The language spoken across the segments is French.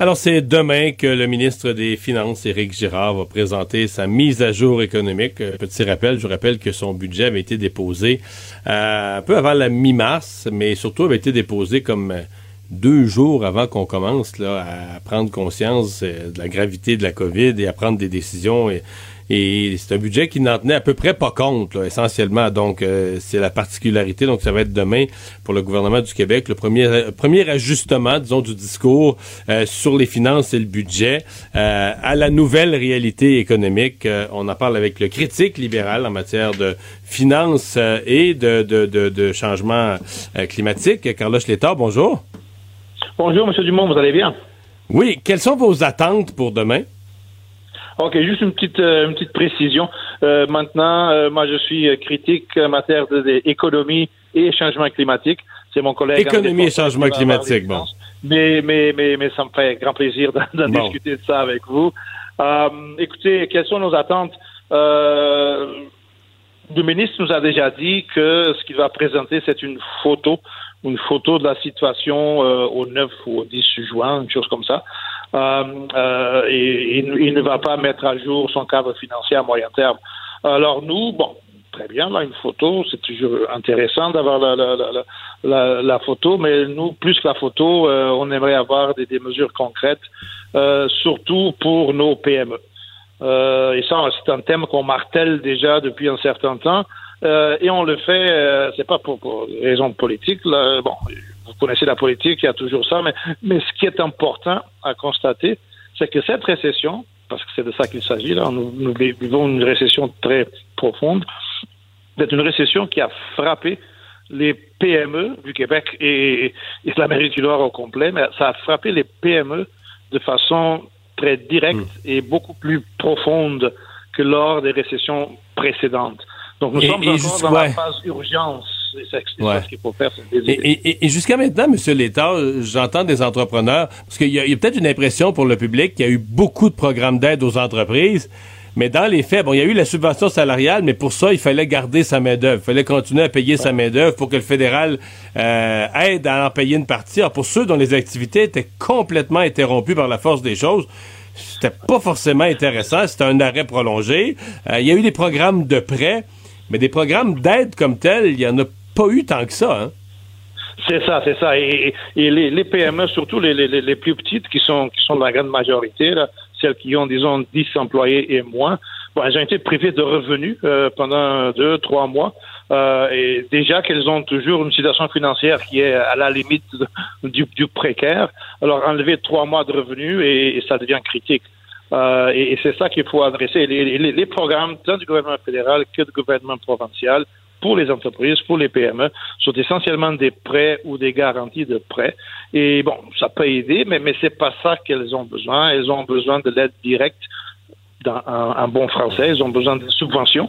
Alors, c'est demain que le ministre des Finances, Éric Girard, va présenter sa mise à jour économique. Petit rappel, je vous rappelle que son budget avait été déposé un peu avant la mi-mars, mais surtout avait été déposé comme 2 jours avant qu'on commence là, à prendre conscience de la gravité de la COVID et à prendre des décisions. Et c'est un budget qui n'en tenait à peu près pas compte, là, essentiellement. Donc, c'est la particularité. Donc, ça va être demain pour le gouvernement du Québec, le premier ajustement, disons, du discours sur les finances et le budget à la nouvelle réalité économique. On en parle avec le critique libéral en matière de finances et de changement climatique. Carlos Létard, bonjour. Bonjour, M. Dumont, vous allez bien? Oui. Quelles sont vos attentes pour demain? OK, juste une petite précision. Maintenant, moi, je suis critique en matière d'économie et changement climatique. C'est mon collègue... Économie et changement climatique, bon. Mais ça me fait grand plaisir d'en discuter de ça avec vous. Écoutez, quelles sont nos attentes? Le ministre nous a déjà dit que ce qu'il va présenter, c'est une photo de la situation au 9 ou au 10 juin, une chose comme ça. Et il ne va pas mettre à jour son cadre financier à moyen terme. Alors nous, très bien, là, une photo, c'est toujours intéressant d'avoir la photo, mais nous, plus que la photo, on aimerait avoir des mesures concrètes, surtout pour nos PME. Et ça, c'est un thème qu'on martèle déjà depuis un certain temps. Et on le fait, c'est pas pour raisons politiques. Là, vous connaissez la politique, il y a toujours ça, mais ce qui est important à constater, c'est que cette récession, parce que c'est de ça qu'il s'agit, là, nous vivons une récession très profonde, c'est une récession qui a frappé les PME du Québec et de l'Amérique du Nord au complet, mais ça a frappé les PME de façon très directe et beaucoup plus profonde que lors des récessions précédentes. Donc, nous sommes encore dans la phase urgence. C'est ça ce qu'il faut faire. Et jusqu'à maintenant, M. Létard, j'entends des entrepreneurs, parce qu'il y a peut-être une impression pour le public qu'il y a eu beaucoup de programmes d'aide aux entreprises, mais dans les faits, il y a eu la subvention salariale, mais pour ça, il fallait garder sa main-d'œuvre. Il fallait continuer à payer sa main-d'œuvre pour que le fédéral aide à en payer une partie. Alors, pour ceux dont les activités étaient complètement interrompues par la force des choses, c'était pas forcément intéressant. C'était un arrêt prolongé. Il y a eu des programmes de prêts, mais des programmes d'aide comme tels, il y en a pas eu tant que ça, hein? C'est ça. Et les PME, surtout les plus petites, qui sont la grande majorité, là, celles qui ont, disons, 10 employés et moins, elles ont été privées de revenus pendant 2-3 mois. Et déjà qu'elles ont toujours une situation financière qui est à la limite du précaire. Alors, enlever 3 mois de revenus et ça devient critique. Et c'est ça qu'il faut adresser. Les programmes, tant du gouvernement fédéral que du gouvernement provincial, pour les entreprises, pour les PME, sont essentiellement des prêts ou des garanties de prêts. Et ça peut aider, mais c'est pas ça qu'elles ont besoin. Elles ont besoin de l'aide directe dans un bon français. Elles ont besoin de subventions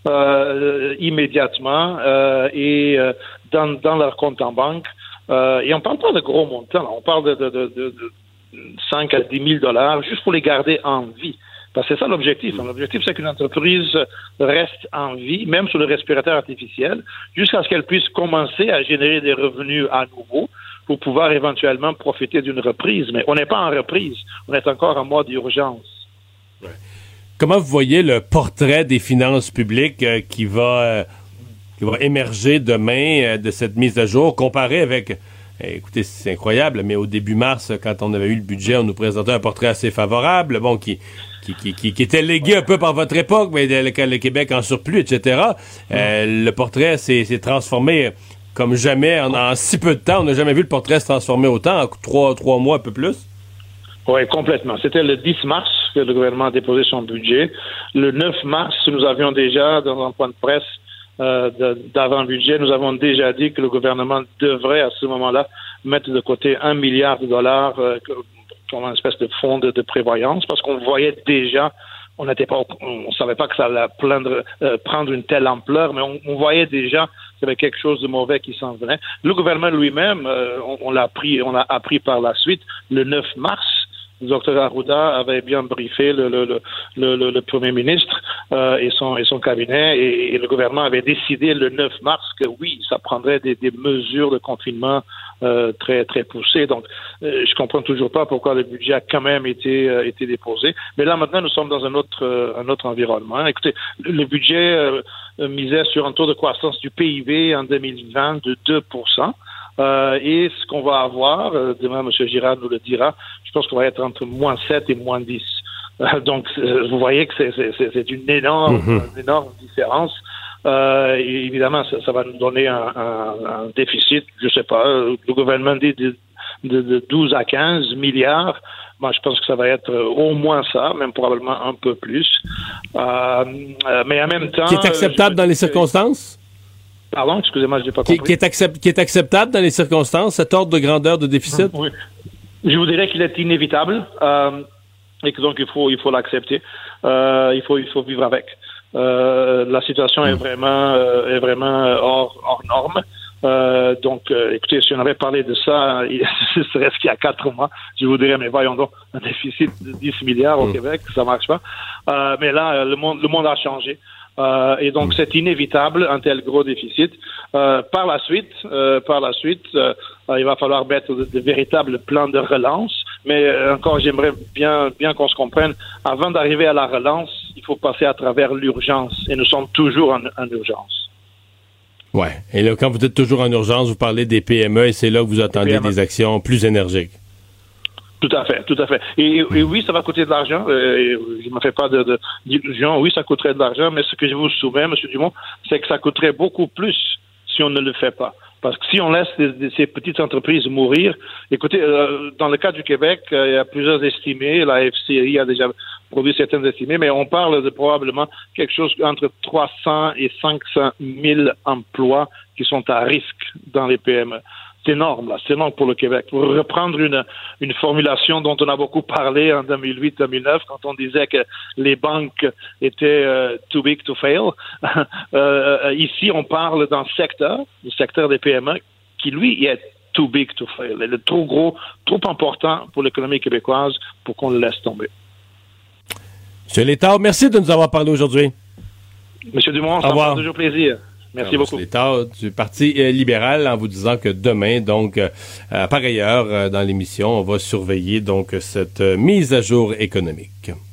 immédiatement et dans leur compte en banque. Et on parle pas de gros montants. Là. On parle de 5 à 10 000 $ juste pour les garder en vie. Parce que c'est ça l'objectif. L'objectif, c'est qu'une entreprise reste en vie, même sous le respirateur artificiel, jusqu'à ce qu'elle puisse commencer à générer des revenus à nouveau pour pouvoir éventuellement profiter d'une reprise. Mais on n'est pas en reprise. On est encore en mode urgence. Ouais. Comment vous voyez le portrait des finances publiques qui va émerger demain de cette mise à jour, comparé avec... écoutez, c'est incroyable, mais au début mars, quand on avait eu le budget, on nous présentait un portrait assez favorable, qui était légué un peu par votre époque, mais le Québec en surplus, etc. Le portrait s'est transformé comme jamais en si peu de temps. On n'a jamais vu le portrait se transformer autant, en 3 mois, un peu plus. Oui, complètement. C'était le 10 mars que le gouvernement a déposé son budget. Le 9 mars, nous avions déjà, dans un point de presse d'avant-budget, nous avons déjà dit que le gouvernement devrait, à ce moment-là, mettre de côté $1 milliard comme une espèce de fonds de prévoyance, parce qu'on voyait déjà, on savait pas que ça allait prendre une telle ampleur, mais on voyait déjà qu'il y avait quelque chose de mauvais qui s'en venait. Le gouvernement lui-même, on a appris par la suite, le 9 mars, le Dr Arruda avait bien briefé le Premier ministre et son cabinet, et le gouvernement avait décidé le 9 mars que oui, ça prendrait des mesures de confinement très très poussées. Donc, je comprends toujours pas pourquoi le budget a quand même été déposé. Mais là maintenant, nous sommes dans un autre environnement. Écoutez, le budget misait sur un taux de croissance du PIB en 2020 de 2%. Et ce qu'on va avoir, demain M. Girard nous le dira, je pense qu'on va être entre -7 et -10. Donc, vous voyez que c'est une énorme différence. Et évidemment, ça va nous donner un déficit, je sais pas, le gouvernement dit de 12 à 15 milliards. Moi, je pense que ça va être au moins ça, même probablement un peu plus. Mais en même temps... Qui est acceptable dans les circonstances? Pardon, excusez-moi, je n'ai pas compris. Qui est acceptable dans les circonstances, cet ordre de grandeur de déficit? Oui. Je vous dirais qu'il est inévitable et que donc il faut l'accepter. Il faut vivre avec. La situation est vraiment hors norme. Donc, écoutez, si on avait parlé de ça, ce serait ce qu'il y a 4 mois, je vous dirais, mais voyons donc, un déficit de 10 milliards au Québec, ça marche pas. Mais là, le monde a changé. Et donc, c'est inévitable, un tel gros déficit. Par la suite, il va falloir mettre de véritables plans de relance. Mais encore, j'aimerais bien qu'on se comprenne. Avant d'arriver à la relance, il faut passer à travers l'urgence. Et nous sommes toujours en urgence. Ouais. Et là, quand vous êtes toujours en urgence, vous parlez des PME et c'est là que vous attendez des actions plus énergiques. Tout à fait. Et oui, ça va coûter de l'argent. Je ne me fais pas d'illusions. Oui, ça coûterait de l'argent, mais ce que je vous soumets, M. Dumont, c'est que ça coûterait beaucoup plus si on ne le fait pas. Parce que si on laisse ces petites entreprises mourir, écoutez, dans le cas du Québec, il y a plusieurs estimés. La FCI a déjà produit certaines estimées, mais on parle de probablement quelque chose entre 300 et 500 000 emplois qui sont à risque dans les PME. C'est énorme, là. C'est énorme pour le Québec. Pour reprendre une formulation dont on a beaucoup parlé en 2008-2009, quand on disait que les banques étaient too big to fail. Ici, on parle d'un secteur, le secteur des PME, qui, lui, est too big to fail. Il est trop gros, trop important pour l'économie québécoise pour qu'on le laisse tomber. M. Létard, merci de nous avoir parlé aujourd'hui. M. Dumont, ça me fait toujours plaisir. Merci beaucoup. Létard du Parti libéral, en vous disant que demain, donc, par ailleurs, dans l'émission, on va surveiller donc cette mise à jour économique.